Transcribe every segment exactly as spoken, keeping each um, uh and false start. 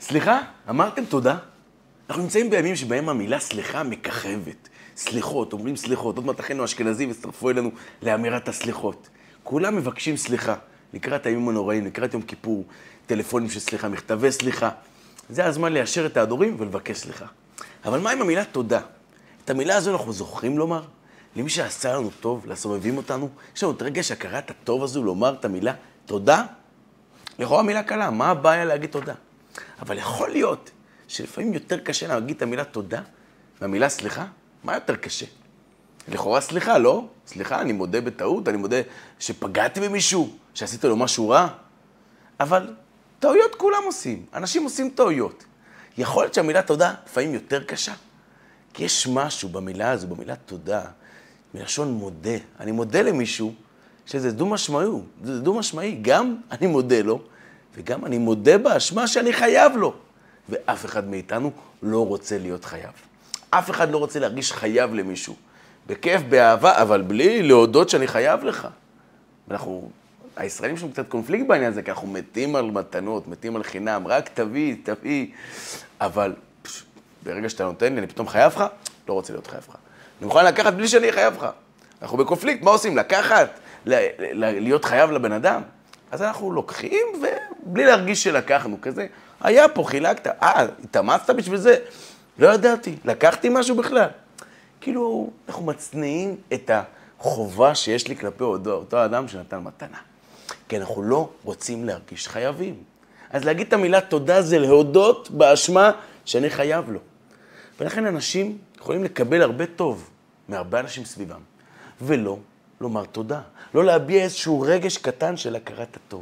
סליחה, אמרתם תודה? אנחנו נמצאים בימים שבהם המילה סליחה מככבת. סליחות, אומרים סליחות. עוד מעט אחינו האשכנזים הצטרפו אלינו לאמירת הסליחות. כולם מבקשים סליחה. לקראת הימים הנוראים, לקראת יום כיפור, טלפונים של סליחה, מכתבי סליחה. זה הזמן ליישר את ההדורים ולבקש סליחה. אבל מה עם המילה תודה? את המילה הזו אנחנו זוכרים לומר? למי שעשה לנו טוב, לסובבים אותנו? יש לנו את רגש הכרת הטוב הזו לומר את המילה תודה? לכאורה מילה קלה, מה הבעיה להגיד תודה? אבל יכול להיות שלפעמים יותר קשה להגיד את המילה תודה והמילה סליחה. מה יותר קשה? לכאורה סליחה, לא? סליחה, אני מודה בטעות, אני מודה שפגעתי במישהו, שעשיתי לו משהו רע. אבל טעויות כולם עושים, אנשים עושים טעויות. יכול להיות שהמילה תודה לפעמים יותר קשה. כי יש משהו במילה הזו, במילה תודה, מלשון מודה. אני מודה למישהו שזה דו משמעי, זה דו משמעי. גם אני מודה לו, וגם אני מודה באשמה שאני חייב לו. ואף אחד מאיתנו לא רוצה להיות חייב. אף אחד לא רוצה להרגיש חייב למישהו. בכיף, באהבה, אבל בלי להודות שאני חייב לך. ואנחנו, הישראלים שלנו קצת קונפליקט בעניין הזה, כי אנחנו מתים על מתנות, מתים על חינם, רק תביא, תביא. אבל פש, ברגע שאתה נותן לי, אני פתאום חייב לך, לא רוצה להיות חייב לך. אני מוכן לקחת בלי שאני חייב לך. אנחנו בקונפליקט, מה עושים? לקחת, ל- ל- להיות חייב לבן אדם. אז אנחנו לוקחים ובלי להרגיש שלקחנו כזה. היה פה, חילקת, אה, התאמצת בשביל זה. לא ידעתי, לקחתי משהו בכלל. כאילו, אנחנו מצניעים את החובה שיש לי כלפי אותו, אותו אדם שנתן מתנה. כי אנחנו לא רוצים להרגיש חייבים. אז להגיד את המילה תודה זה להודות באשמה שאני חייב לו. ולכן אנשים יכולים לקבל הרבה טוב מהרבה אנשים סביבם. ולא לומר תודה. לא להביע איזשהו רגש קטן של הכרת הטוב.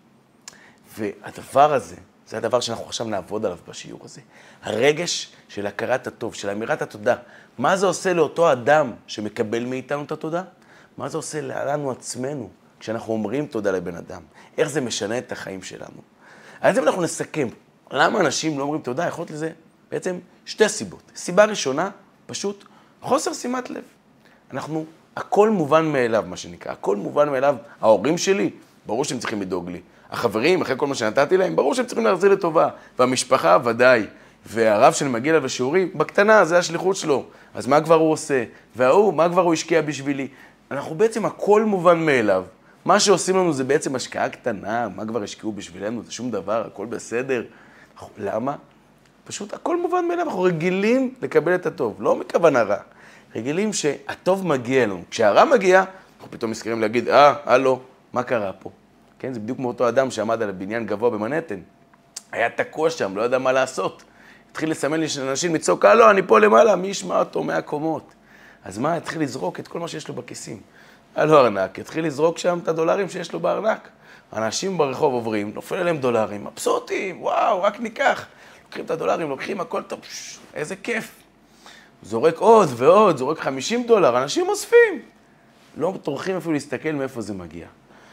והדבר הזה, זה הדבר שאנחנו עכשיו נעבוד עליו בשיעור הזה. הרגש של הכרת הטוב, של אמירת התודה. מה זה עושה לאותו אדם שמקבל מאיתנו את התודה? מה זה עושה לנו עצמנו כשאנחנו אומרים תודה לבן אדם? איך זה משנה את החיים שלנו? אז אם אנחנו נסכם, למה אנשים לא אומרים תודה? יכול להיות לזה בעצם שתי סיבות. סיבה ראשונה, פשוט חוסר שימת לב. אנחנו, הכל מובן מאליו, מה שנקרא. הכל מובן מאליו. ההורים שלי, ברור שהם צריכים לדאוג לי. החברים, אחרי כל מה שנתתי להם, ברור שהם צריכים להחזיר לטובה. והמשפחה, ודאי. והרב שאני מגיע לה בשיעורים, בקטנה, זה השליחות שלו. אז מה כבר הוא עושה? והוא, מה כבר הוא השקיע בשבילי? אנחנו בעצם הכל מובן מאליו. מה שעושים לנו זה בעצם השקעה קטנה, מה כבר השקיעו בשבילנו, זה שום דבר, הכל בסדר. למה? פשוט הכל מובן מאליו, אנחנו רגילים לקבל את הטוב, לא מכוונה רע. רגילים שהטוב מגיע לנו. כשהרע מגיע, אנחנו פתאום מזכירים להגיד, אה, הלו, מה קרה פה? כן, זה בדיוק כמו אותו אדם שעמד על הבניין גבוה במנהטן. היה תקוע שם, לא ידע מה לעשות. התחיל לסמן לי שאנשים מצוק, הלו, אני פה למעלה, מי ישמע אותו מהקומות? אז מה? התחיל לזרוק את כל מה שיש לו בכיסים. הלו ארנק, התחיל לזרוק שם את הדולרים שיש לו בארנק. אנשים ברחוב עוברים, נופל עליהם דולרים, מבסוטים, וואו, רק ניקח. לוקחים את הדולרים, לוקחים הכל טוב, פש, איזה כיף. זורק עוד ועוד, זורק חמישים דולר, אנשים אוספים. לא טורחים אפילו להסתכל מאיפה זה מגיע.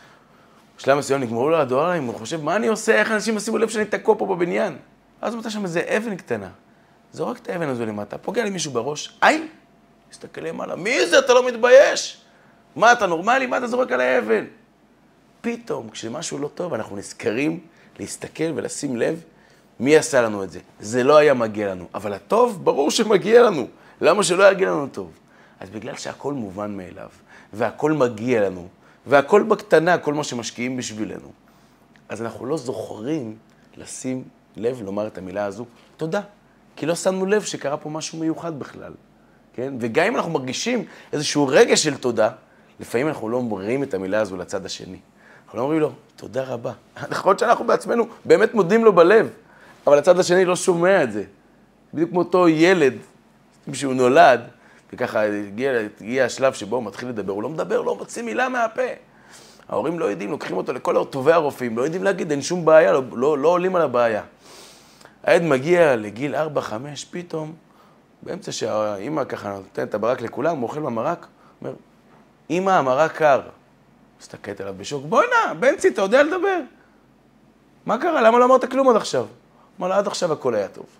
בשלב מסוים נגמרו לו הדולרים, הוא חושב, מה אני עושה? איך אנשים עושים לב שאני תקוע פה בבניין? אז מתי שם איזה אבן קטנה. זורק את האבן הזו למטה, פוגע לי מישהו בראש, איי, מסתכל למעלה, מי זה? אתה לא מתבייש? מה, אתה נורמלי? מה אתה זורק על האבן? פתאום, כשמשהו לא טוב, אנחנו נזכרים להסתכל ולשים לב מי עשה לנו את זה. זה לא היה מגיע לנו, אבל הטוב ברור שמגיע לנו. למה שלא יגיע לנו טוב? אז בגלל שהכל מובן מאליו, והכל מגיע לנו, והכל בקטנה, כל מה שמשקיעים בשבילנו. אז אנחנו לא זוכרים לשים לב, לומר את המילה הזו, תודה. כי לא שמנו לב שקרה פה משהו מיוחד בכלל. כן? וגם אם אנחנו מרגישים איזשהו רגש של תודה, לפעמים אנחנו לא אומרים את המילה הזו לצד השני. אנחנו לא אומרים לו, תודה רבה. נכון שאנחנו בעצמנו באמת מודים לו בלב, אבל הצד השני לא שומע את זה. בדיוק כמו אותו ילד, כשהוא נולד, וככה הגיע, הגיע השלב שבו הוא מתחיל לדבר, הוא לא מדבר, לא מוציא מילה מהפה. ההורים לא יודעים, לוקחים אותו לכל טובי הרופאים, לא יודעים להגיד, אין שום בעיה, לא, לא, לא עולים על הבעיה. הילד מגיע לגיל ארבע חמש, פתאום, באמצע שהאמא ככה נותנת את הברק לכולם, הוא אוכל במרק, אומר, אמא, המרק קר. מסתכלת עליו בשוק, בואי נע, בנצי, אתה יודע לדבר. מה קרה? למה לא אמרת כלום עד עכשיו? אמר לה, עד עכשיו הכל היה טוב.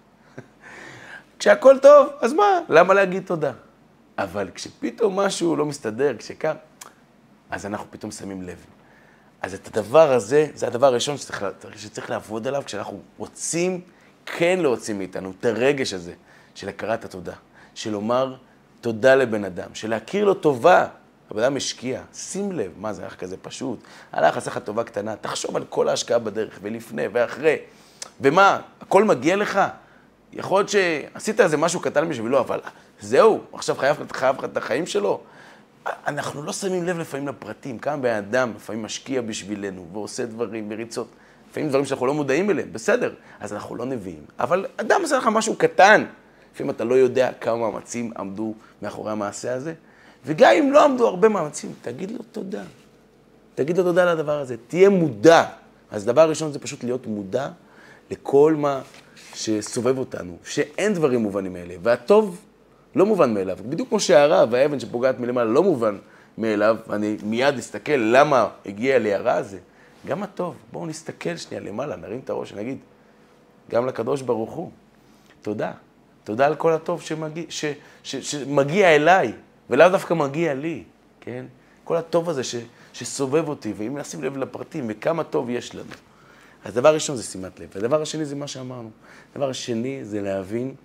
כשהכל טוב, אז מה? למה להגיד תודה? אבל כשפתאום משהו לא מסתדר, כשקר, אז אנחנו פתאום שמים לב. אז את הדבר הזה, זה הדבר הראשון שצריך, שצריך לעבוד עליו, כשאנחנו רוצים כן להוציא מאיתנו את הרגש הזה של הכרת התודה, של לומר תודה לבן אדם, של להכיר לו טובה. הבן אדם משקיע, שים לב, מה זה, איך כזה פשוט, הלך, עשה לך טובה קטנה, תחשוב על כל ההשקעה בדרך, ולפני ואחרי, ומה, הכל מגיע לך? יכול להיות שעשית איזה משהו קטן בשבילו, אבל זהו, עכשיו חייב, חייב את החיים שלו. אנחנו לא שמים לב לפעמים לפרטים, כמה בן אדם לפעמים משקיע בשבילנו, ועושה דברים, וריצות, לפעמים דברים שאנחנו לא מודעים אליהם, בסדר, אז אנחנו לא נביאים. אבל אדם עושה לך משהו קטן, לפעמים אתה לא יודע כמה מאמצים עמדו מאחורי המעשה הזה, וגם אם לא עמדו הרבה מאמצים, תגיד לו תודה. תגיד לו תודה על הדבר הזה, תהיה מודע. אז דבר ראשון זה פשוט להיות מודע לכל מה שסובב אותנו, שאין דברים מובנים מאלה, והטוב לא מובן מאליו. בדיוק כמו שהרע והאבן שפוגעת מלמעלה לא מובן מאליו, ואני מיד אסתכל למה הגיע לי הרע הזה. גם הטוב, בואו נסתכל שנייה למעלה, נרים את הראש ונגיד, גם לקדוש ברוך הוא, תודה. תודה על כל הטוב שמגיע, ש, ש, שמגיע אליי, ולאו דווקא מגיע לי, כן? כל הטוב הזה ש, שסובב אותי, ואם נשים לב לפרטים, וכמה טוב יש לנו. אז דבר ראשון זה שימת לב, והדבר השני זה מה שאמרנו. הדבר השני זה להבין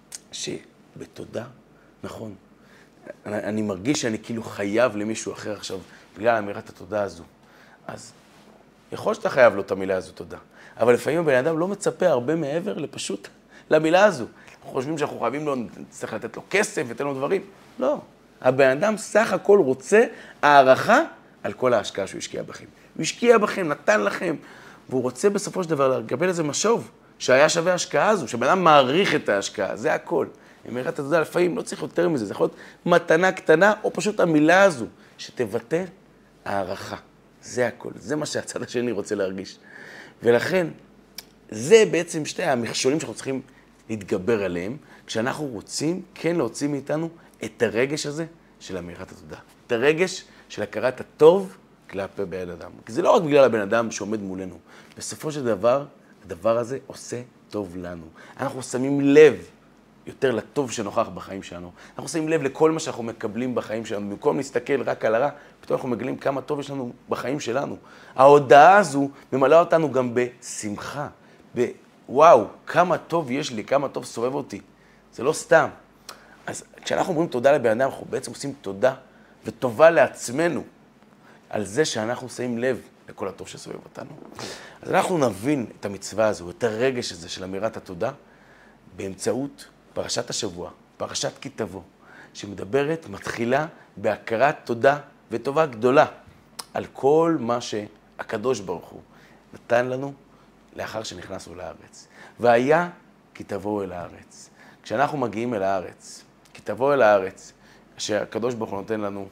שבתודה, נכון, אני, אני מרגיש שאני כאילו חייב למישהו אחר עכשיו, בגלל אמירת התודה הזו. אז יכול שאתה חייב לו את המילה הזו, תודה. אבל לפעמים הבן אדם לא מצפה הרבה מעבר לפשוט למילה הזו. אנחנו חושבים שאנחנו חייבים לו, צריך לתת לו כסף ותן לו דברים. לא. הבן אדם סך הכל רוצה הערכה על כל ההשקעה שהוא השקיע בכם. הוא השקיע בכם, נתן לכם, והוא רוצה בסופו של דבר לקבל איזה משוב שהיה שווה ההשקעה הזו, שבן אדם מעריך את ההשקעה, זה הכל. אמירת התודה, לפעמים לא צריך יותר מזה, זה יכול להיות מתנה קטנה, או פשוט המילה הזו, שתבטא הערכה. זה הכל, זה מה שהצד השני רוצה להרגיש. ולכן, זה בעצם שתי המכשולים שאנחנו צריכים להתגבר עליהם, כשאנחנו רוצים כן להוציא מאיתנו את הרגש הזה של אמירת התודה. את הרגש של הכרת הטוב כלפי בן אדם. כי זה לא רק בגלל הבן אדם שעומד מולנו. בסופו של דבר, הדבר הזה עושה טוב לנו. אנחנו שמים לב יותר לטוב שנוכח בחיים שלנו. אנחנו שמים לב לכל מה שאנחנו מקבלים בחיים שלנו. במקום להסתכל רק על הרע, פתאום אנחנו מגלים כמה טוב יש לנו בחיים שלנו. ההודעה הזו ממלאה אותנו גם בשמחה. בוואו, כמה טוב יש לי, כמה טוב סובב אותי. זה לא סתם. אז כשאנחנו אומרים תודה לבן אדם, אנחנו בעצם עושים תודה וטובה לעצמנו על זה שאנחנו שמים לב לכל הטוב שסובב אותנו. אז אנחנו נבין את המצווה הזו, את הרגש הזה של אמירת התודה, באמצעות פרשת השבוע, פרשת כי תבוא, שמדברת, מתחילה בהכרת תודה וטובה גדולה על כל מה שהקדוש ברוך הוא נתן לנו לאחר שנכנסנו לארץ. והיה כי תבואו אל הארץ. כשאנחנו מגיעים אל הארץ, כי תבואו אל הארץ, שהקדוש ברוך הוא נותן לנו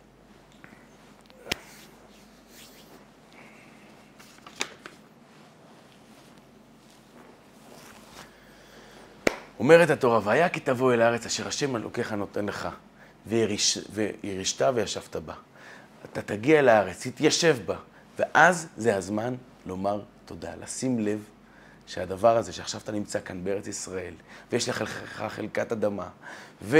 אומרת התורה, והיה כי תבוא אל הארץ אשר השם אלוקיך נותן לך, ויריש, וירישת וישבת בה. אתה תגיע אל הארץ, תתיישב בה, ואז זה הזמן לומר תודה, לשים לב שהדבר הזה שעכשיו אתה נמצא כאן בארץ ישראל, ויש לך חלקת אדמה, ו...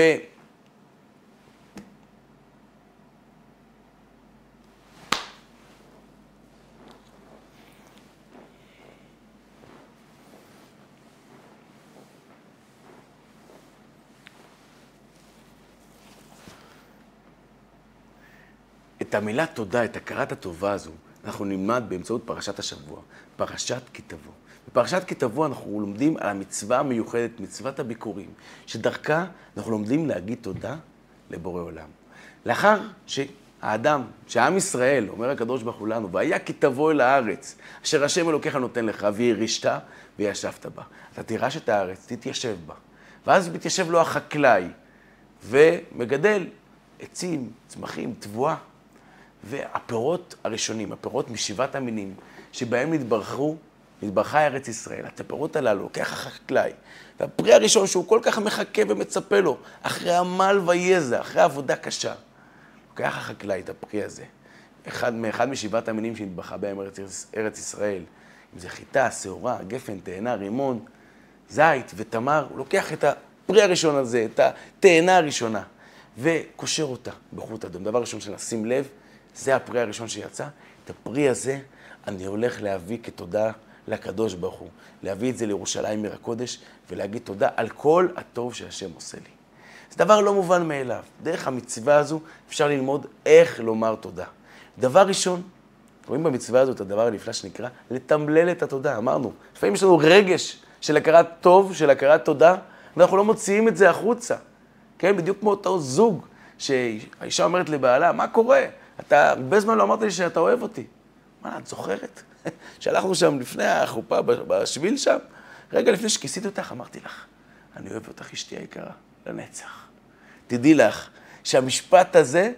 את המילה תודה, את הכרת הטובה הזו, אנחנו נלמד באמצעות פרשת השבוע, פרשת כי תבוא. בפרשת כי תבוא אנחנו לומדים על המצווה המיוחדת, מצוות הביקורים, שדרכה אנחנו לומדים להגיד תודה לבורא עולם. לאחר שהאדם, שהעם ישראל, אומר הקדוש ברוך הוא לנו, והיה כי תבוא אל הארץ, אשר השם אלוקיך נותן לך, וירישת וישבת בה. אתה תירש את הארץ, תתיישב בה. ואז מתיישב לו החקלאי, ומגדל עצים, צמחים, תבואה. והפירות הראשונים, הפירות משבעת המינים, שבהם נתברכו, נתברכה ארץ ישראל, את הפירות הללו, לוקח החקלאי, והפרי הראשון שהוא כל כך מחכה ומצפה לו, אחרי עמל ויזע, אחרי עבודה קשה, לוקח החקלאי את הפרי הזה, אחד, מאחד משבעת המינים שנתברכה בהם ארץ, ארץ ישראל, אם זה חיטה, שעורה, גפן, תאנה, רימון, זית ותמר, הוא לוקח את הפרי הראשון הזה, את התאנה הראשונה, וקושר אותה בחוט אדום. דבר ראשון שנשים לב, זה הפרי הראשון שיצא. את הפרי הזה אני הולך להביא כתודה לקדוש ברוך הוא, להביא את זה לירושלים עיר הקודש, ולהגיד תודה על כל הטוב שהשם עושה לי. זה דבר לא מובן מאליו. דרך המצווה הזו אפשר ללמוד איך לומר תודה. דבר ראשון, רואים במצווה הזו את הדבר הנפלא שנקרא לתמלל את התודה. אמרנו, לפעמים יש לנו רגש של הכרת טוב, של הכרת תודה, ואנחנו לא מוציאים את זה החוצה. כן, בדיוק כמו אותו זוג, שהאישה אומרת לבעלה, מה קורה? אתה הרבה זמן לא אמרת לי שאתה אוהב אותי. מה, את זוכרת? שהלכנו שם לפני החופה, בשביל שם, רגע לפני שכיסיתי אותך, אמרתי לך, אני אוהב אותך אשתי היקרה, לנצח. תדעי לך שהמשפט הזה,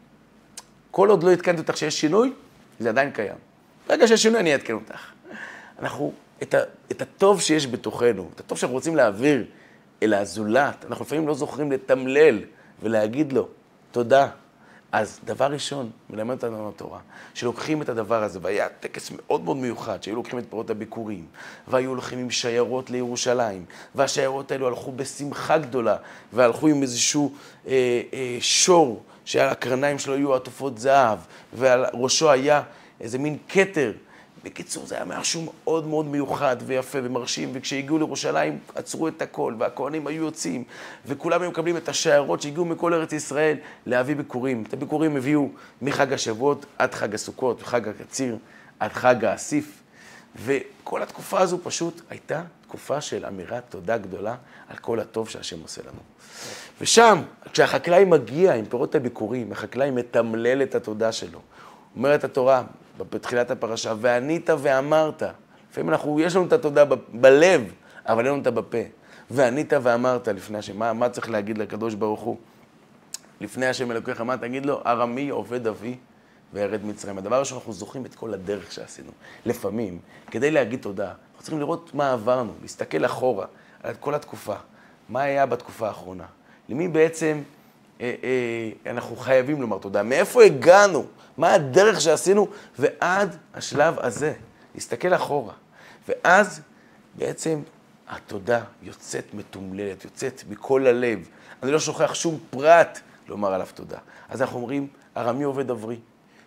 כל עוד לא התקנתי אותך שיש שינוי, זה עדיין קיים. ברגע שיש שינוי, אני אעדכן אותך. אנחנו, את, ה, את הטוב שיש בתוכנו, את הטוב שאנחנו רוצים להעביר אל הזולת, אנחנו לפעמים לא זוכרים לתמלל ולהגיד לו, תודה. אז דבר ראשון, מלמד אותנו התורה, שלוקחים את הדבר הזה, והיה טקס מאוד מאוד מיוחד, שהיו לוקחים את פירות הביקורים, והיו הולכים עם שיירות לירושלים, והשיירות האלו הלכו בשמחה גדולה, והלכו עם איזשהו אה, אה, שור, שהקרניים שלו היו עטופות זהב, ועל ראשו היה איזה מין כתר. בקיצור, זה היה משהו מאוד מאוד מיוחד ויפה ומרשים, וכשהגיעו לירושלים עצרו את הכל, והכהנים היו יוצאים, וכולם היו מקבלים את השיירות שהגיעו מכל ארץ ישראל להביא ביקורים. את הביקורים הביאו מחג השבועות עד חג הסוכות, חג הקציר עד חג האסיף, וכל התקופה הזו פשוט הייתה תקופה של אמירת תודה גדולה על כל הטוב שהשם עושה לנו. ושם, כשהחקלאי מגיע עם פירות הביקורים, החקלאי מתמלל את התודה שלו. אומרת התורה, בתחילת הפרשה, וענית ואמרת. לפעמים אנחנו, יש לנו את התודה ב- בלב, אבל אין לנו אותה בפה. וענית ואמרת לפני השם. מה, מה צריך להגיד לקדוש ברוך הוא? לפני השם אלוקיך, מה תגיד לו? ארמי עובד אבי וירד מצרים. הדבר ראשון, אנחנו זוכרים את כל הדרך שעשינו. לפעמים, כדי להגיד תודה, אנחנו צריכים לראות מה עברנו, להסתכל אחורה על כל התקופה. מה היה בתקופה האחרונה? למי בעצם אה, אה, אנחנו חייבים לומר תודה? מאיפה הגענו? מה הדרך שעשינו? ועד השלב הזה, להסתכל אחורה. ואז בעצם התודה יוצאת מתומללת, יוצאת מכל הלב. אני לא שוכח שום פרט לומר עליו תודה. אז אנחנו אומרים, ארמי עובד אברי.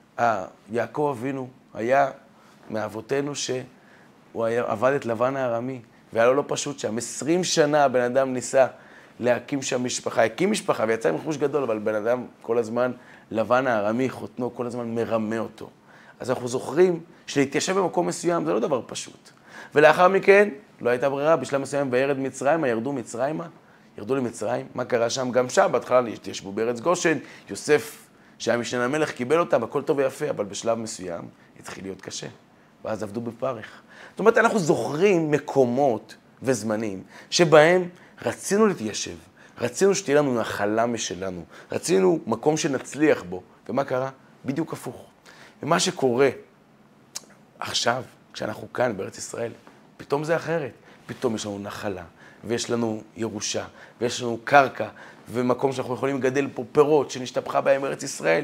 יעקב אבינו היה מאבותינו שהוא היה, עבד את לבן הארמי, והיה לו לא פשוט שם. עשרים שנה הבן אדם ניסה להקים שם משפחה. הקים משפחה ויצא עם רכוש גדול, אבל בן אדם כל הזמן, לבן הארמי, חותנו, כל הזמן מרמה אותו. אז אנחנו זוכרים שלהתיישב במקום מסוים זה לא דבר פשוט. ולאחר מכן, לא הייתה ברירה, בשלב מסוים וירד מצרימה, ירדו מצרימה, ירדו למצרים. מה קרה שם? גם שם, בהתחלה התיישבו בארץ גושן, יוסף, שהיה משנה המלך, קיבל אותם, הכל טוב ויפה, אבל בשלב מסוים התחיל להיות קשה. ואז עבדו בפרך. זאת אומרת, אנחנו זוכרים מקומות וזמנים שבהם רצינו להתיישב, רצינו שתהיה לנו נחלה משלנו, רצינו מקום שנצליח בו. ומה קרה? בדיוק הפוך. ומה שקורה עכשיו, כשאנחנו כאן בארץ ישראל, פתאום זה אחרת. פתאום יש לנו נחלה, ויש לנו ירושה, ויש לנו קרקע, ומקום שאנחנו יכולים לגדל פה פירות שנשתפכה בהם ארץ ישראל.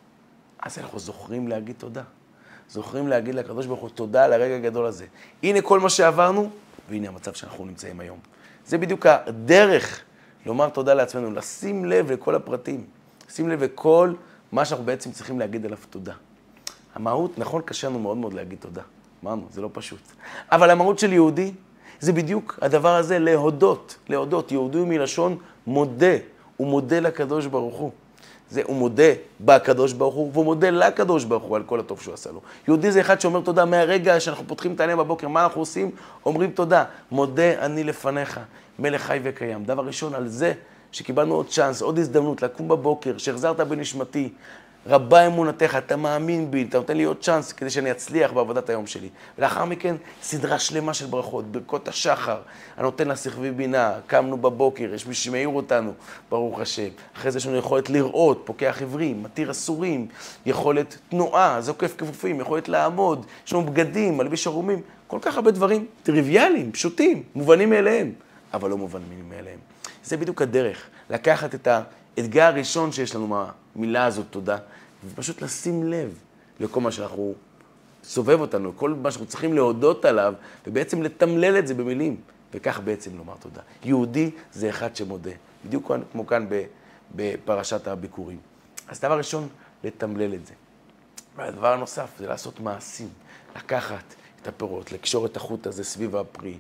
אז אנחנו זוכרים להגיד תודה. זוכרים להגיד לקדוש ברוך הוא תודה על הרגע הגדול הזה. הנה כל מה שעברנו, והנה המצב שאנחנו נמצאים היום. זה בדיוק הדרך לומר תודה לעצמנו, לשים לב לכל הפרטים, לשים לב לכל מה שאנחנו בעצם צריכים להגיד עליו תודה. המהות, נכון, קשה לנו מאוד מאוד להגיד תודה. אמרנו, זה לא פשוט. אבל המהות של יהודי, זה בדיוק הדבר הזה, להודות, להודות. יהודי הוא מלשון מודה, הוא מודה לקדוש ברוך הוא. זה, הוא מודה בקדוש ברוך הוא, והוא מודה לקדוש ברוך הוא על כל הטוב שהוא עשה לו. יהודי זה אחד שאומר תודה מהרגע שאנחנו פותחים את העיניים בבוקר, מה אנחנו עושים? אומרים תודה. מודה אני לפניך, מלך חי וקיים. דבר ראשון על זה שקיבלנו עוד צ'אנס, עוד הזדמנות לקום בבוקר, שהחזרת בנשמתי, רבה אמונתך, אתה מאמין בי, אתה נותן לי עוד צ'אנס כדי שאני אצליח בעבודת היום שלי. ולאחר מכן, סדרה שלמה של ברכות, ברכות השחר, הנותן לה שכבי בינה, קמנו בבוקר, יש מי שמעיר אותנו, ברוך השם. אחרי זה יש לנו יכולת לראות, פוקח עברים, מתיר אסורים, יכולת תנועה, זוקף כפופים, יכולת לעמוד, יש לנו בגדים, מלביש ערומים, כל כך הרבה דברים טריוויאליים, פשוטים, מובנים מאליהם, אבל לא מובנים מאליהם. זה בדיוק הדרך, לקחת את האתגר הראשון שיש לנו מהמילה הזאת, תודה, ופשוט לשים לב לכל מה שאנחנו סובב אותנו, כל מה שאנחנו צריכים להודות עליו, ובעצם לתמלל את זה במילים, וכך בעצם לומר תודה. יהודי זה אחד שמודה, בדיוק כמו כאן בפרשת הביקורים. אז דבר ראשון, לתמלל את זה. והדבר הנוסף זה לעשות מעשים, לקחת את הפירות, לקשור את החוט הזה סביב הפרי,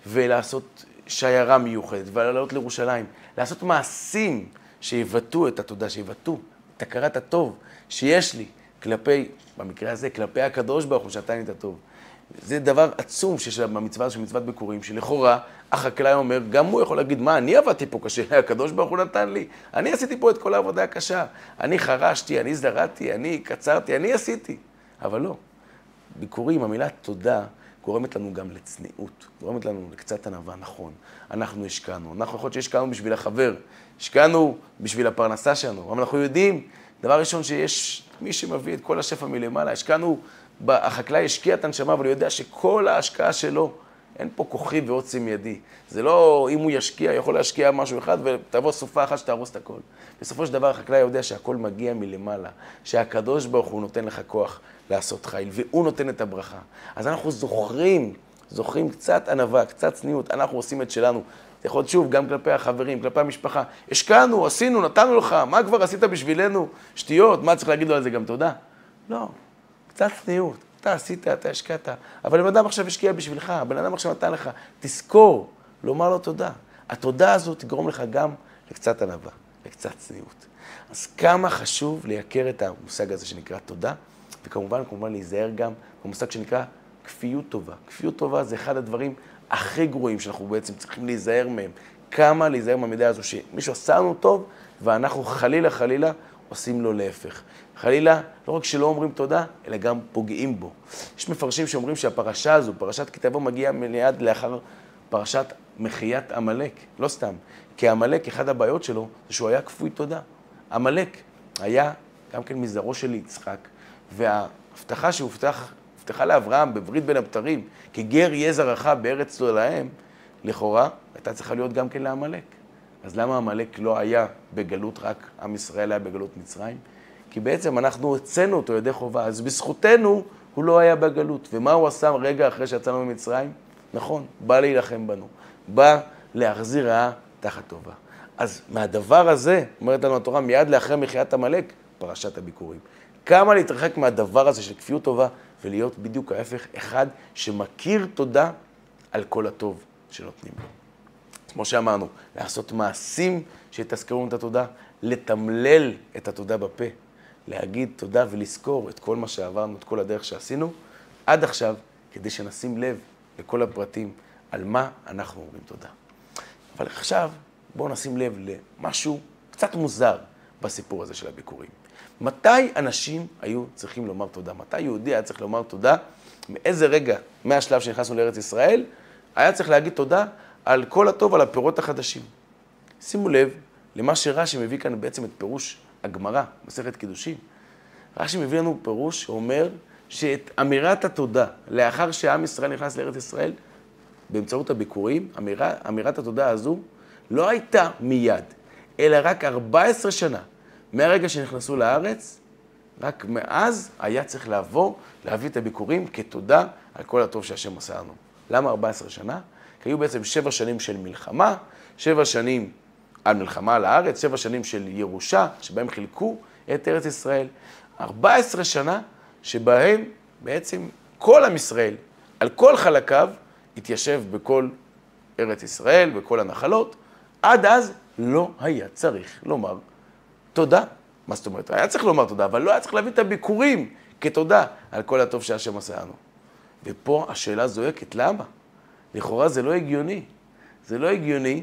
ולעשות שיירה מיוחדת, ולעלות לירושלים, לעשות מעשים שיבטאו את התודה, שיבטאו את הכרת הטוב שיש לי כלפי, במקרה הזה, כלפי הקדוש ברוך הוא שנתן לי את הטוב. זה דבר עצום שיש במצווה של מצוות ביקורים, שלכאורה החקלאי אומר, גם הוא יכול להגיד, מה, אני עבדתי פה קשה, הקדוש ברוך הוא נתן לי, אני עשיתי פה את כל העבודה הקשה, אני חרשתי, אני זרעתי, אני קצרתי, אני עשיתי, אבל לא. ביקורים, המילה תודה, גורמת לנו גם לצניעות, גורמת לנו לקצת ענווה, נכון, אנחנו השקענו, אנחנו יכול להיות שהשקענו בשביל החבר, השקענו בשביל הפרנסה שלנו, אבל אנחנו יודעים, דבר ראשון שיש מי שמביא את כל השפע מלמעלה, השקענו, החקלאי השקיע את הנשמה, אבל הוא יודע שכל ההשקעה שלו, אין פה כוחי ועוצם ידי. זה לא, אם הוא ישקיע, יכול להשקיע משהו אחד, ותבוא סופה אחת שתהרוס את הכל. בסופו של דבר, החקלאי יודע שהכל מגיע מלמעלה, שהקדוש ברוך הוא נותן לך כוח לעשות חיל, והוא נותן את הברכה. אז אנחנו זוכרים, זוכרים קצת ענווה, קצת צניעות, אנחנו עושים את שלנו. זה יכול להיות שוב, גם כלפי החברים, כלפי המשפחה. השקענו, עשינו, נתנו לך, מה כבר עשית בשבילנו? שטויות, מה צריך להגיד לו על זה גם תודה? לא, קצת צניעות. אתה עשית, אתה השקעת, אבל אם אדם עכשיו השקיע בשבילך, הבן אדם עכשיו נתן לך, תזכור, לומר לו תודה. התודה הזאת תגרום לך גם לקצת ענווה, לקצת צניעות. אז כמה חשוב לייקר את המושג הזה שנקרא תודה, וכמובן, כמובן להיזהר גם במושג שנקרא כפיות טובה. כפיות טובה זה אחד הדברים הכי גרועים שאנחנו בעצם צריכים להיזהר מהם. כמה להיזהר מהמידה הזו שמישהו עשה לנו טוב, ואנחנו חלילה חלילה עושים לו להפך. חלילה, לא רק שלא אומרים תודה, אלא גם פוגעים בו. יש מפרשים שאומרים שהפרשה הזו, פרשת כי תבוא, מגיעה מיד לאחר פרשת מחיית עמלק. לא סתם, כי עמלק, אחד הבעיות שלו, זה שהוא היה כפוי תודה. עמלק היה גם כן מזרעו של יצחק, וההבטחה שהובטח, הבטחה לאברהם בברית בין הבתרים, כי גר יהיה זרעך בארץ לא להם, לכאורה, הייתה צריכה להיות גם כן לעמלק. אז למה עמלק לא היה בגלות, רק עם ישראל היה בגלות מצרים? כי בעצם אנחנו הצאנו אותו ידי חובה, אז בזכותנו הוא לא היה בגלות. ומה הוא עשה רגע אחרי שיצאנו ממצרים? נכון, בא להילחם בנו, בא להחזיר רעה תחת טובה. אז מהדבר הזה, אומרת לנו התורה, מיד לאחרי מחיית עמלק, פרשת הביקורים. כמה להתרחק מהדבר הזה של כפיות טובה, ולהיות בדיוק ההפך, אחד שמכיר תודה על כל הטוב שנותנים לו. כמו שאמרנו, לעשות מעשים שתזכרו את התודה, לתמלל את התודה בפה, להגיד תודה ולזכור את כל מה שעברנו, את כל הדרך שעשינו, עד עכשיו, כדי שנשים לב לכל הפרטים על מה אנחנו אומרים תודה. אבל עכשיו בואו נשים לב למשהו קצת מוזר בסיפור הזה של הביקורים. מתי אנשים היו צריכים לומר תודה? מתי יהודי היה צריך לומר תודה? מאיזה רגע, מהשלב שנכנסנו לארץ ישראל, היה צריך להגיד תודה על כל הטוב, על הפירות החדשים. שימו לב למה שרש"י מביא כאן בעצם את פירוש הגמרא, מסכת קידושין. רש"י מביא לנו פירוש שאומר שאת אמירת התודה, לאחר שעם ישראל נכנס לארץ ישראל, באמצעות הביקורים, אמירה, אמירת התודה הזו לא הייתה מיד, אלא רק ארבע עשרה שנה. מהרגע שנכנסו לארץ, רק מאז היה צריך לעבור, להביא את הביקורים כתודה על כל הטוב שהשם עשה לנו. למה ארבע עשרה שנה? כי היו בעצם שבע שנים של מלחמה, שבע שנים על מלחמה על הארץ, שבע שנים של ירושה, שבהם חילקו את ארץ ישראל. ארבע עשרה שנה שבהם בעצם כל עם ישראל, על כל חלקיו, התיישב בכל ארץ ישראל, בכל הנחלות. עד אז לא היה צריך לומר תודה. מה זאת אומרת? היה צריך לומר תודה, אבל לא היה צריך להביא את הביקורים כתודה על כל הטוב שהשם עשה לנו. ופה השאלה זועקת, למה? לכאורה זה לא הגיוני. זה לא הגיוני.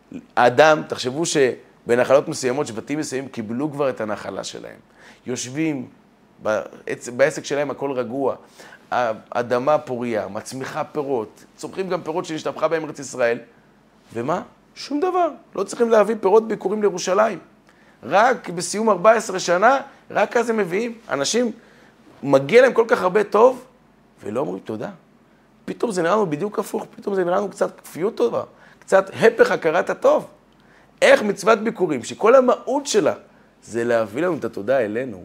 האדם, תחשבו שבנחלות מסוימות, שבתים מסוימים קיבלו כבר את הנחלה שלהם. יושבים בעסק שלהם, הכל רגוע. האדמה פוריה, מצמיחה פירות, צומחים גם פירות שנשתפכה בהם ארץ ישראל. ומה? שום דבר. לא צריכים להביא פירות ביקורים לירושלים. רק בסיום ארבע עשרה שנה, רק אז הם מביאים. אנשים, מגיע להם כל כך הרבה טוב, ולא אומרים תודה. פתאום זה נראה לנו בדיוק הפוך, פתאום זה נראה לנו קצת כפיות טובה, קצת הפך הכרת הטוב. איך מצוות ביקורים, שכל המהות שלה זה להביא לנו את התודה אלינו.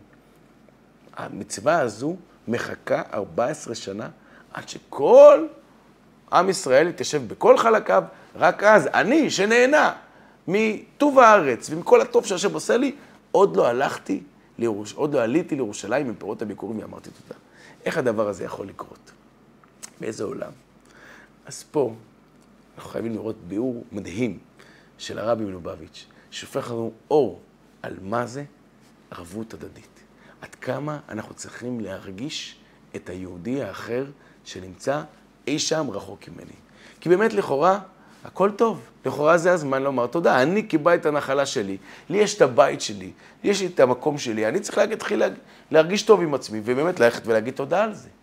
המצווה הזו מחכה ארבע עשרה שנה, עד שכל עם ישראל יתיישב בכל חלקיו, רק אז אני שנהנה מטוב הארץ ומכל הטוב שהשם עושה לי, עוד לא הלכתי, לירוש... עוד לא עליתי לירושלים עם פירות הביקורים ואמרתי תודה. איך הדבר הזה יכול לקרות? באיזה עולם. אז פה אנחנו חייבים לראות ביאור מדהים של הרבי מלובביץ', שופך לנו אור על מה זה ערבות הדדית. עד כמה אנחנו צריכים להרגיש את היהודי האחר שנמצא אי שם רחוק ממני. כי באמת לכאורה הכל טוב. לכאורה זה הזמן לומר תודה. אני קיבלתי את הנחלה שלי, לי יש את הבית שלי, לי יש את המקום שלי, אני צריך להתחיל להרגיש טוב עם עצמי, ובאמת ללכת ולהגיד תודה על זה.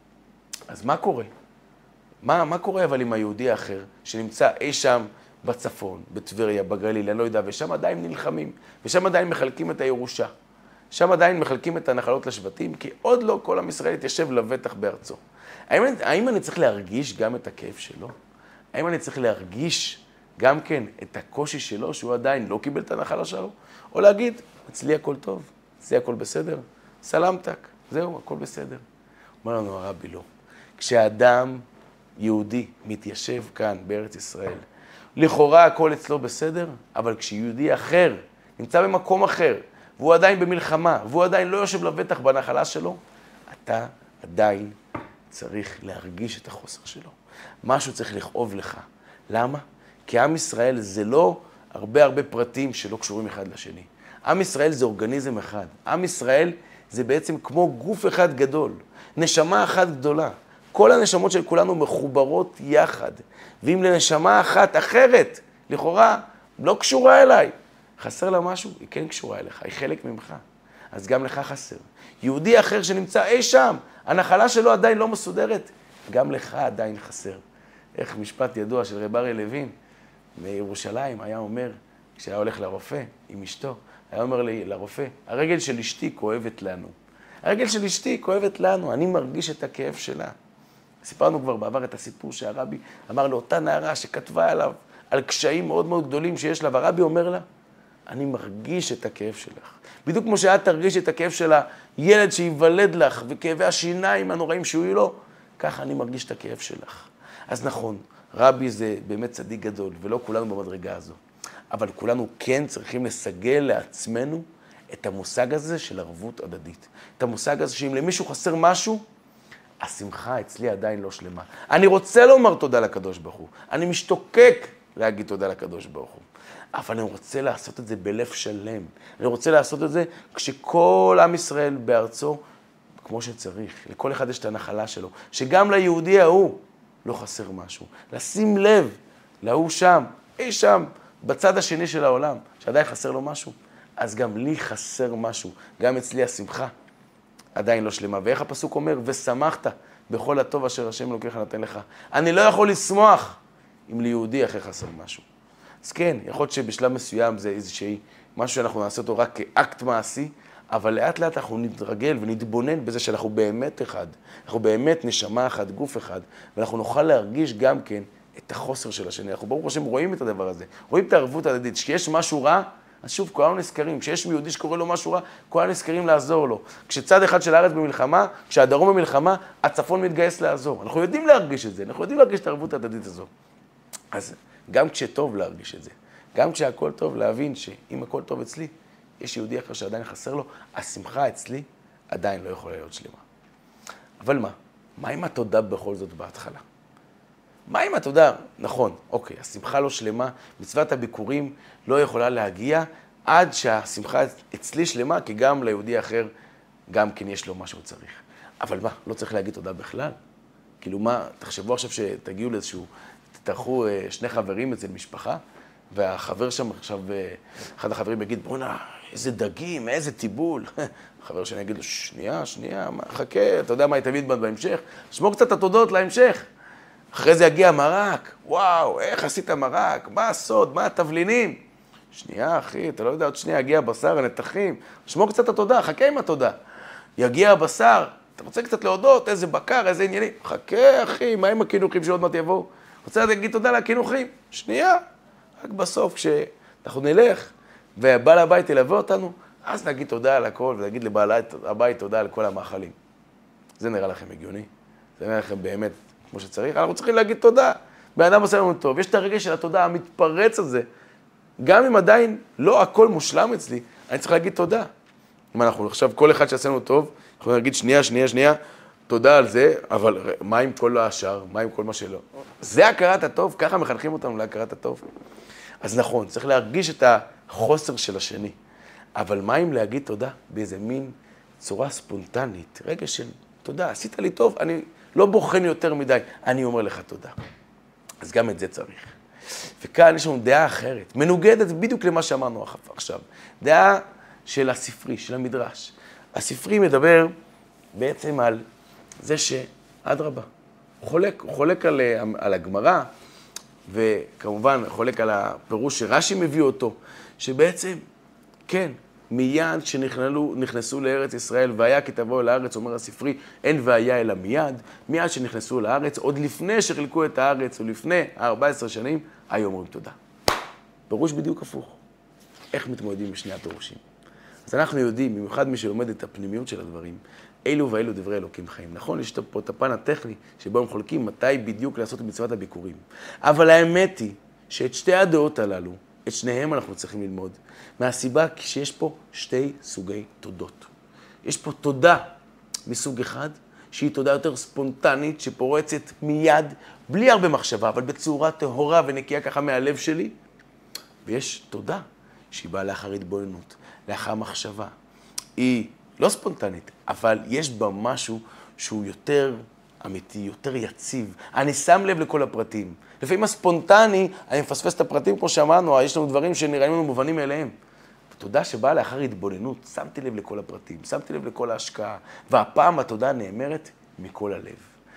אז מה קורה? מה, מה קורה אבל עם היהודי האחר שנמצא אי שם בצפון, בטבריה, בגליל, אני לא יודע, ושם עדיין נלחמים, ושם עדיין מחלקים את הירושה. שם עדיין מחלקים את הנחלות לשבטים, כי עוד לא כל עם ישראל יתיישב לבטח בארצו. האם, האם אני צריך להרגיש גם את הכאב שלו? האם אני צריך להרגיש גם כן את הקושי שלו, שהוא עדיין לא קיבל את הנחלה שלו? או להגיד, אצלי הכל טוב, אצלי הכל בסדר, סלמתק, זהו, הכל בסדר. אומר לנו הרבי לא. כשאדם יהודי מתיישב כאן בארץ ישראל, לכאורה הכל אצלו בסדר, אבל כשיהודי אחר נמצא במקום אחר, והוא עדיין במלחמה, והוא עדיין לא יושב לבטח בנחלה שלו, אתה עדיין צריך להרגיש את החוסר שלו. משהו צריך לכאוב לך. למה? כי עם ישראל זה לא הרבה הרבה פרטים שלא קשורים אחד לשני. עם ישראל זה אורגניזם אחד. עם ישראל זה בעצם כמו גוף אחד גדול, נשמה אחת גדולה. כל הנשמות של כולנו מחוברות יחד. ואם לנשמה אחת אחרת, לכאורה, לא קשורה אליי, חסר לה משהו, היא כן קשורה אליך, היא חלק ממך. אז גם לך חסר. יהודי אחר שנמצא אי שם, הנחלה שלו עדיין לא מסודרת, גם לך עדיין חסר. איך משפט ידוע של רב אריה לוין מירושלים היה אומר, כשהיה הולך לרופא עם אשתו, היה אומר לי, לרופא, הרגל של אשתי כואבת לנו. הרגל של אשתי כואבת לנו, אני מרגיש את הכאב שלה. סיפרנו כבר בעבר את הסיפור שהרבי אמר לאותה נערה שכתבה עליו, על קשיים מאוד מאוד גדולים שיש לה, והרבי אומר לה, אני מרגיש את הכאב שלך. בדיוק כמו שאת תרגיש את הכאב של הילד שיוולד לך, וכאבי השיניים הנוראים שהוא יהיו לו, ככה אני מרגיש את הכאב שלך. אז נכון, רבי זה באמת צדיק גדול, ולא כולנו במדרגה הזו. אבל כולנו כן צריכים לסגל לעצמנו את המושג הזה של ערבות הדדית. את המושג הזה שאם למישהו חסר משהו, השמחה אצלי עדיין לא שלמה. אני רוצה לומר תודה לקדוש ברוך הוא. אני משתוקק להגיד תודה לקדוש ברוך הוא. אבל אני רוצה לעשות את זה בלב שלם. אני רוצה לעשות את זה כשכל עם ישראל בארצו, כמו שצריך. לכל אחד יש את הנחלה שלו. שגם ליהודי ההוא לא חסר משהו. לשים לב להוא שם, אי שם, בצד השני של העולם, שעדיין חסר לו משהו. אז גם לי חסר משהו. גם אצלי השמחה עדיין לא שלמה. ואיך הפסוק אומר? ושמחת בכל הטוב אשר השם אלוקיך נתן לך. אני לא יכול לשמוח אם ליהודי אחר חסר משהו. אז כן, יכול להיות שבשלב מסוים זה איזושהי משהו שאנחנו נעשה אותו רק כאקט מעשי, אבל לאט לאט אנחנו נתרגל ונתבונן בזה שאנחנו באמת אחד. אנחנו באמת נשמה אחת, גוף אחד, ואנחנו נוכל להרגיש גם כן את החוסר של השני. אנחנו ברוך השם רואים את הדבר הזה, רואים את הערבות הדדית. כשיש משהו רע, אז שוב, כולנו נזכרים. כשיש יהודי שקורא לו משהו רע, כולנו נזכרים לעזור לו. כשצד אחד של הארץ במלחמה, כשהדרום במלחמה, הצפון מתגייס לעזור. אנחנו יודעים להרגיש את זה, אנחנו יודעים להרגיש את הערבות הדדית הזו. אז גם כשטוב להרגיש את זה, גם כשהכל טוב להבין שאם הכל טוב אצלי, יש יהודי אחר שעדיין חסר לו, השמחה אצלי עדיין לא יכולה להיות שלמה. אבל מה? מה עם התודה בכל זאת בהתחלה? מה עם התודה? נכון, אוקיי, השמחה לא שלמה, מצוות הביקורים לא יכולה להגיע עד שהשמחה אצלי שלמה, כי גם ליהודי אחר גם כן יש לו מה שהוא צריך. אבל מה, לא צריך להגיד תודה בכלל? כאילו מה, תחשבו עכשיו שתגיעו לאיזשהו, תתארחו שני חברים אצל משפחה, והחבר שם עכשיו, אחד החברים יגיד, בוא'נה, איזה דגים, איזה טיבול. החבר שאני אגיד לו, שנייה, שנייה, מה, חכה, אתה יודע מה היא תמיד בהמשך? שמור קצת התודות להמשך. אחרי זה יגיע מרק, וואו, איך עשית מרק? מה הסוד? מה התבלינים? שנייה, אחי, אתה לא יודע, עוד שנייה, יגיע הבשר, הנתחים. שמור קצת התודה, חכה עם התודה. יגיע הבשר, אתה רוצה קצת להודות, איזה בקר, איזה עניינים. חכה, אחי, מה עם הכינוכים שעוד מעט יבואו? רוצה להגיד תודה לכינוכים? שנייה. רק בסוף, כשאנחנו נלך, ובעל הבית ילווה אותנו, אז נגיד תודה על הכל, ונגיד לבעל הבית תודה על כל המאכלים. זה נראה לכם הגיוני. זה נראה לכם באמת כמו שצריך. אנחנו צריכים להגיד תודה. בן אדם עושה לנו טוב. יש את הרגע של התודה המתפרץ הזה. גם אם עדיין לא הכל מושלם אצלי, אני צריך להגיד תודה. אם אנחנו עכשיו, כל אחד שעשינו טוב, אנחנו נגיד שנייה, שנייה, שנייה, תודה על זה, אבל מה עם כל השאר? מה עם כל מה שלא? זה הכרת הטוב? ככה מחנכים אותנו להכרת הטוב? אז נכון, צריך להרגיש את החוסר של השני. אבל מה אם להגיד תודה באיזה מין צורה ספונטנית? רגע של תודה, עשית לי טוב, אני לא בוחן יותר מדי, אני אומר לך תודה. אז גם את זה צריך. וכאן יש לנו דעה אחרת, מנוגדת בדיוק למה שאמרנו עכשיו. דעה של הספרי, של המדרש. הספרי מדבר בעצם על זה שאדרבה, הוא חולק, הוא חולק על, על הגמרא, וכמובן חולק על הפירוש שרש"י מביא אותו, שבעצם, כן, מיד שנכנסו לארץ ישראל, והיה כי תבואו לארץ, אומר הספרי, אין והיה אלא מיד, מיד שנכנסו לארץ, עוד לפני שחילקו את הארץ, ולפני ארבע עשרה שנים, היו אומרים תודה. פירוש בדיוק הפוך. איך מתמודדים עם שני הפירושים? אז אנחנו יודעים, במיוחד מי שלומד את הפנימיות של הדברים, אילו ואילו דברי אלוקים חיים. נכון, יש פה את הפן הטכני שבו הם חולקים מתי בדיוק לעשות את מצוות הביקורים. אבל האמת היא שאת שתי הדעות הללו, את שניהם אנחנו צריכים ללמוד, מהסיבה שיש פה שתי סוגי תודות. יש פה תודה מסוג אחד, שהיא תודה יותר ספונטנית, שפורצת מיד, בלי הרבה מחשבה, אבל בצורה טהורה ונקייה ככה מהלב שלי. ויש תודה שהיא באה לאחר התבוננות, לאחר מחשבה. היא לא ספונטנית, אבל יש בה משהו שהוא יותר אמיתי, יותר יציב. אני שם לב לכל הפרטים. לפעמים הספונטני, אני מפספס את הפרטים כמו שאמרנו, יש לנו דברים שנראים לנו מובנים מאליהם. תודה שבאה לאחר התבוננות, שמתי לב לכל הפרטים, שמתי לב לכל ההשקעה, והפעם התודה נאמרת מכל הלב.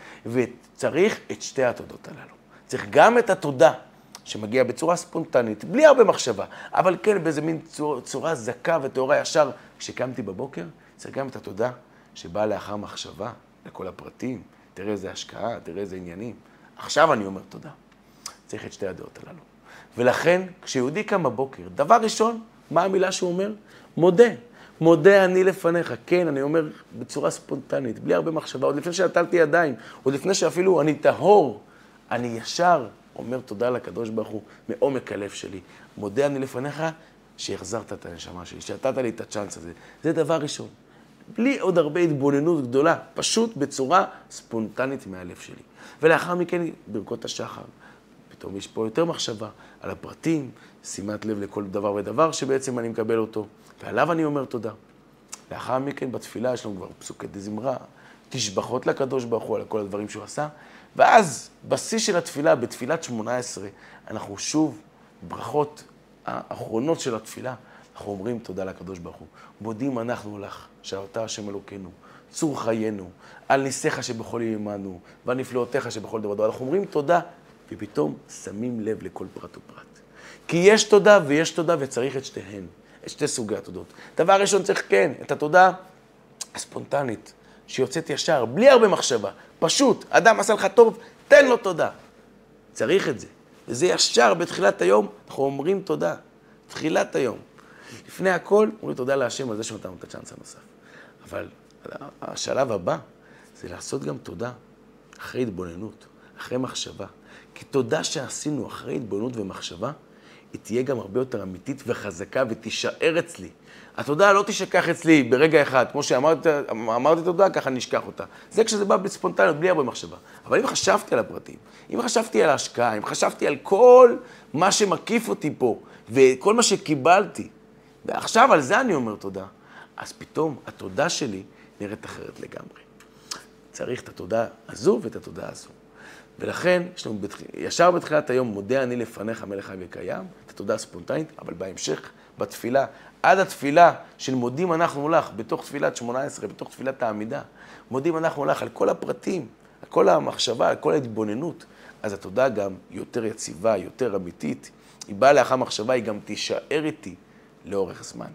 וצריך את שתי התודות הללו. צריך גם את התודה שמגיעה בצורה ספונטנית, בלי הרבה מחשבה, אבל כן באיזה מין צורה, צורה זקה וטהורה ישר. כשקמתי בבוקר, צריך גם את התודה שבאה לאחר מחשבה לכל הפרטים. תראה איזה השקעה, תראה איזה עניינים. עכשיו אני אומר תודה. צריך את שתי הדעות הללו. ולכן, כשיהודי קם בבוקר, דבר ראשון, מה המילה שהוא אומר? מודה. מודה אני לפניך. כן, אני אומר בצורה ספונטנית, בלי הרבה מחשבה. עוד לפני שנטלתי ידיים, עוד לפני שאפילו אני טהור, אני ישר אומר תודה לקדוש ברוך הוא מעומק הלב שלי. מודה אני לפניך שהחזרת את הנשמה שלי, שנתת לי את הצ'אנס הזה. זה דבר ראשון. בלי עוד הרבה התבוננות גדולה, פשוט בצורה ספונטנית מהלב שלי. ולאחר מכן, ברכות השחר. פתאום יש פה יותר מחשבה על הפרטים, שימת לב לכל דבר ודבר שבעצם אני מקבל אותו, ועליו אני אומר תודה. לאחר מכן, בתפילה יש לנו כבר פסוקי דזמרה, תשבחות לקדוש ברוך הוא על כל הדברים שהוא עשה, ואז, בשיא של התפילה, בתפילת שמונה עשרה, אנחנו שוב, ברכות האחרונות של התפילה, אנחנו אומרים תודה לקדוש ברוך הוא. מודים אנחנו לך, שאתה השם אלוקינו, צור חיינו, על ניסיך שבכל ימינו, ועל נפלאותיך שבכל דבר דבר. אנחנו אומרים תודה, ופתאום שמים לב לכל פרט ופרט. כי יש תודה ויש תודה וצריך את שתיהן, את שתי סוגי התודות. דבר ראשון צריך כן, את התודה הספונטנית, שיוצאת ישר, בלי הרבה מחשבה. פשוט, אדם עשה לך טוב, תן לו תודה. צריך את זה. וזה ישר בתחילת היום, אנחנו אומרים תודה. תחילת היום. לפני הכל, אומרים תודה להשם על זה שנתנו את הצ'אנס הנוסף. אבל השלב הבא זה לעשות גם תודה אחרי התבוננות, אחרי מחשבה. כי תודה שעשינו אחרי התבוננות ומחשבה, היא תהיה גם הרבה יותר אמיתית וחזקה ותישאר אצלי. התודה לא תשכח אצלי ברגע אחד, כמו שאמרתי אמרתי תודה, ככה נשכח אותה. זה כשזה בא בספונטניות, בלי הרבה מחשבה. אבל אם חשבתי על הפרטים, אם חשבתי על ההשקעה, אם חשבתי על כל מה שמקיף אותי פה, וכל מה שקיבלתי, ועכשיו על זה אני אומר תודה, אז פתאום התודה שלי נראית אחרת לגמרי. צריך את התודה הזו ואת התודה הזו. ולכן, יש לנו בתח... ישר בתחילת היום, מודה אני לפניך מלך חי וקיים, את התודה הספונטנית, אבל בהמשך, בתפילה, עד התפילה של מודים אנחנו לך, בתוך תפילת שמונה עשרה, בתוך תפילת העמידה, מודים אנחנו לך על כל הפרטים, על כל המחשבה, על כל ההתבוננות, אז התודה גם יותר יציבה, יותר אמיתית, היא באה לאחר מחשבה, היא גם תישאר איתי לאורך זמן.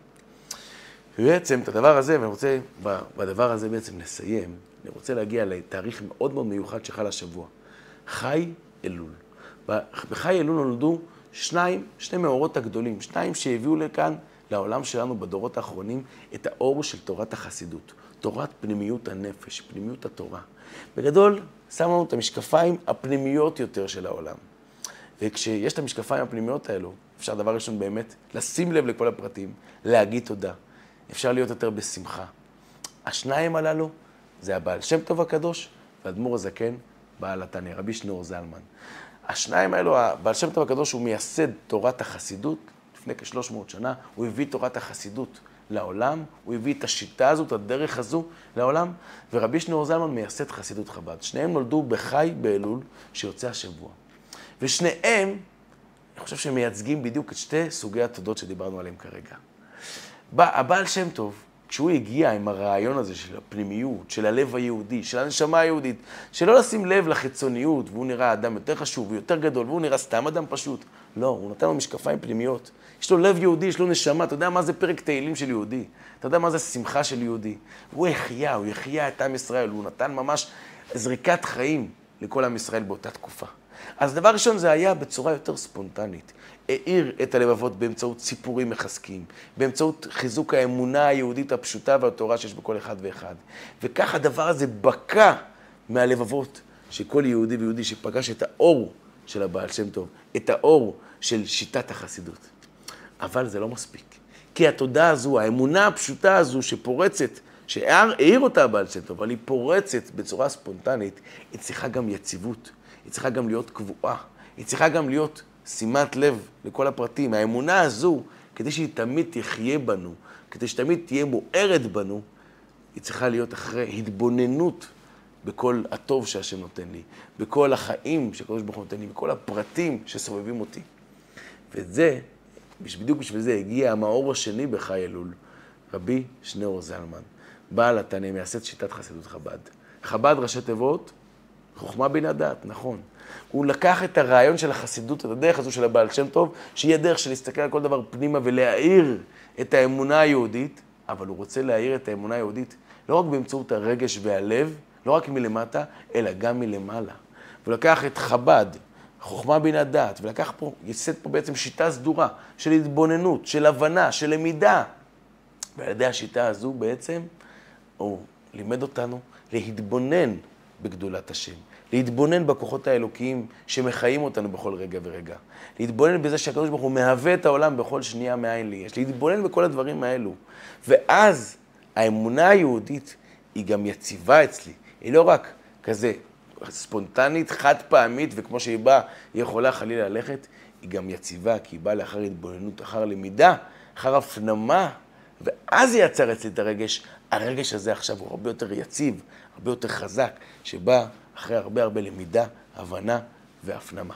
ובעצם את הדבר הזה, ואני רוצה בדבר הזה בעצם לסיים, אני רוצה להגיע לתאריך מאוד מאוד מיוחד שחל השבוע. חי אלול. בחי אלול נולדו שניים, שני מאורות הגדולים, שניים שהביאו לכאן, לעולם שלנו בדורות האחרונים, את האור של תורת החסידות, תורת פנימיות הנפש, פנימיות התורה. בגדול, שמו לנו את המשקפיים הפנימיות יותר של העולם. וכשיש את המשקפיים הפנימיות האלו, אפשר דבר ראשון באמת לשים לב לכל הפרטים, להגיד תודה. אפשר להיות יותר בשמחה. השניים הללו זה הבעל שם טוב הקדוש, והאדמו"ר הזקן, בעל התניא, רבי שניאור זלמן. השניים האלו, הבעל שם טוב הקדוש הוא מייסד תורת החסידות, לפני כשלוש מאות שנה, הוא הביא תורת החסידות לעולם, הוא הביא את השיטה הזו, את הדרך הזו לעולם, ורבי שניאור זלמן מייסד חסידות חב"ד. שניהם נולדו בחי באלול שיוצא השבוע. ושניהם, אני חושב שהם מייצגים בדיוק את שתי סוגי התודות שדיברנו עליהם כרגע. הבעל שם טוב, כשהוא הגיע עם הרעיון הזה של הפנימיות, של הלב היהודי, של הנשמה היהודית, שלא לשים לב לחיצוניות, והוא נראה אדם יותר חשוב ויותר גדול, והוא נראה סתם אדם פשוט. לא, הוא נתן לו משקפיים פנימיות. יש לו לב יהודי, יש לו נשמה, אתה יודע מה זה פרק תהילים של יהודי? אתה יודע מה זה שמחה של יהודי? הוא החיה, הוא החיה את עם ישראל, הוא נתן ממש זריקת חיים לכל עם ישראל באותה תקופה. אז דבר ראשון זה היה בצורה יותר ספונטנית. העיר את הלבבות באמצעות סיפורים מחזקים, באמצעות חיזוק האמונה היהודית הפשוטה והתורה שיש בכל אחד ואחד. וכך הדבר הזה בקע מהלבבות שכל יהודי ויהודי שפגש את האור של הבעל שם טוב, את האור של שיטת החסידות. אבל זה לא מספיק. כי התודעה הזו, האמונה הפשוטה הזו שפורצת, שהעיר אותה הבעל שם טוב, אבל היא פורצת בצורה ספונטנית, היא צריכה גם יציבות, היא צריכה גם להיות קבועה, היא צריכה גם להיות שימת לב לכל הפרטים. האמונה הזו, כדי שהיא תמיד תחיה בנו, כדי שתמיד תהיה מוארת בנו, היא צריכה להיות אחרי התבוננות בכל הטוב שהשם נותן לי, בכל החיים שקדוש ברוך הוא נותן לי, בכל הפרטים שסובבים אותי. וזה, בדיוק בשביל זה הגיע המאור השני בחי אלול, רבי שניאור זלמן, בעל התניא, מייסד שיטת חסידות חב"ד. חב"ד ראשי תיבות, חוכמה בינה דעת, נכון. הוא לקח את הרעיון של החסידות, את הדרך הזו של הבעל שם טוב, שהיא הדרך של להסתכל על כל דבר פנימה ולהאיר את האמונה היהודית, אבל הוא רוצה להאיר את האמונה היהודית לא רק באמצעות הרגש והלב, לא רק מלמטה, אלא גם מלמעלה. הוא לקח את חב"ד, חוכמה בינה דעת, ולקח פה, ייסד פה בעצם שיטה סדורה של התבוננות, של הבנה, של למידה. ועל ידי השיטה הזו בעצם הוא לימד אותנו להתבונן בגדולת השם, להתבונן בכוחות האלוקיים שמחיים אותנו בכל רגע ורגע, להתבונן בזה שהקדוש ברוך הוא מהווה את העולם בכל שנייה מאין לי יש, להתבונן בכל הדברים האלו. ואז האמונה היהודית היא גם יציבה אצלי, היא לא רק כזה ספונטנית, חד פעמית, וכמו שהיא באה, היא יכולה חלילה ללכת, היא גם יציבה, כי היא באה לאחר התבוננות, אחר למידה, אחר הפנמה, ואז היא יצר אצלי את הרגש. הרגש הזה עכשיו הוא הרבה יותר יציב, הרבה יותר חזק, שבא אחרי הרבה הרבה למידה, הבנה והפנמה.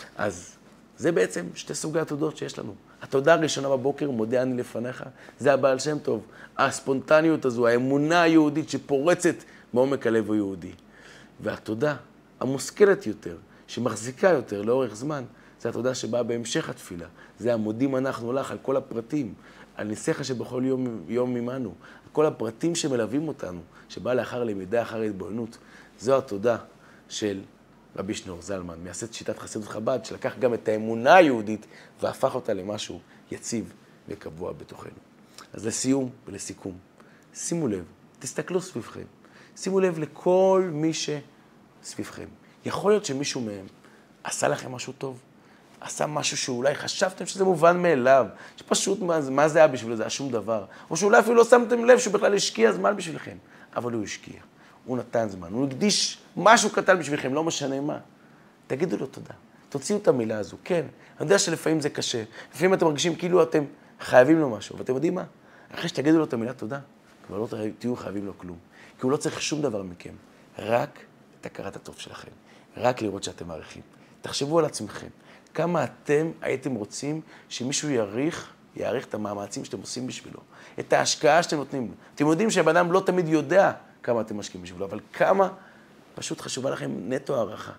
אז זה בעצם שתי סוגי התודות שיש לנו. התודה הראשונה בבוקר, מודה אני לפניך, זה הבעל שם טוב. הספונטניות הזו, האמונה היהודית שפורצת מעומק הלב היהודי. והתודה המושכלת יותר, שמחזיקה יותר לאורך זמן, זה התודה שבאה בהמשך התפילה. זה המודים אנחנו לך על כל הפרטים, על ניסיך שבכל יום, יום ממנו, על כל הפרטים שמלווים אותנו, שבאה לאחר למידה, אחר התבוננות. זו התודה של רבי שניאור זלמן, מייסד שיטת חסידות חב"ד, שלקח גם את האמונה היהודית והפך אותה למשהו יציב וקבוע בתוכנו. אז לסיום ולסיכום, שימו לב, תסתכלו סביבכם, שימו לב לכל מי שסביבכם. יכול להיות שמישהו מהם עשה לכם משהו טוב, עשה משהו שאולי חשבתם שזה מובן מאליו, שפשוט מה, מה זה היה בשביל זה, היה שום דבר. או שאולי אפילו לא שמתם לב שהוא בכלל השקיע זמן בשבילכם, אבל הוא השקיע, הוא נתן זמן, הוא הקדיש משהו קטן בשבילכם, לא משנה מה. תגידו לו תודה, תוציאו את המילה הזו, כן. אני יודע שלפעמים זה קשה, לפעמים אתם מרגישים כאילו אתם חייבים לו משהו, ואתם יודעים מה? אחרי שתגידו לו את המילה תודה, כבר לא תהיו חייבים לו כלום, כי הוא לא צריך שום דבר מכם, רק את הכרת הטוב שלכם, רק לראות שאתם מעריכים. תחשבו על עצמכם, כמה אתם הייתם רוצים שמישהו יעריך, יעריך את המאמצים שאתם עושים בשבילו, את ההשקעה שאתם נותנים לו. אתם יודעים שהבן אדם לא תמיד יודע כמה אתם משקיעים בשבילו, אבל כמה פשוט חשובה לכם נטו הערכה,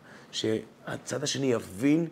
שהצד השני יבין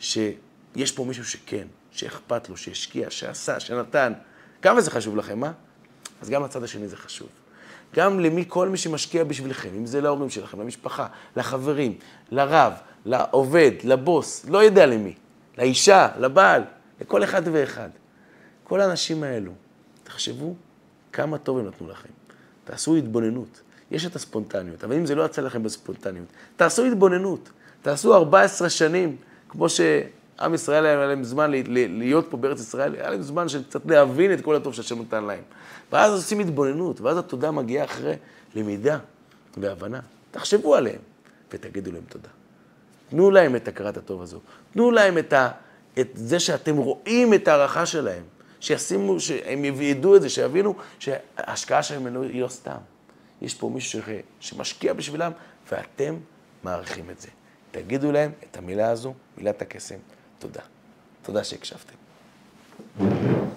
שיש פה מישהו שכן, שאכפת לו, שהשקיע, שעשה, שנתן. כמה זה חשוב לכם, מה? אז גם הצד השני זה חשוב. גם למי, כל מי שמשקיע בשבילכם, אם זה להורים שלכם, למשפחה, לחברים, לרב, לעובד, לבוס, לא יודע למי, לאישה, לבעל, לכל אחד ואחד. כל האנשים האלו, תחשבו כמה טוב הם נתנו לכם. תעשו התבוננות. יש את הספונטניות, אבל אם זה לא יצא לכם בספונטניות, תעשו התבוננות. תעשו ארבע עשרה שנים, כמו שעם ישראל היה להם זמן להיות פה בארץ ישראל, היה להם זמן של קצת להבין את כל הטוב שהשם נתן להם. ואז עושים התבוננות, ואז התודה מגיעה אחרי למידה, והבנה. תחשבו עליהם ותגידו להם תודה. תנו להם את הכרת הטוב הזו. תנו להם את, ה, את זה שאתם רואים את הערכה שלהם. שישימו, שהם ידעו את זה, שיבינו שההשקעה שלהם היא לא סתם. יש פה מישהו שמשקיע בשבילם, ואתם מעריכים את זה. תגידו להם את המילה הזו, מילת הקסם. תודה. תודה שהקשבתם.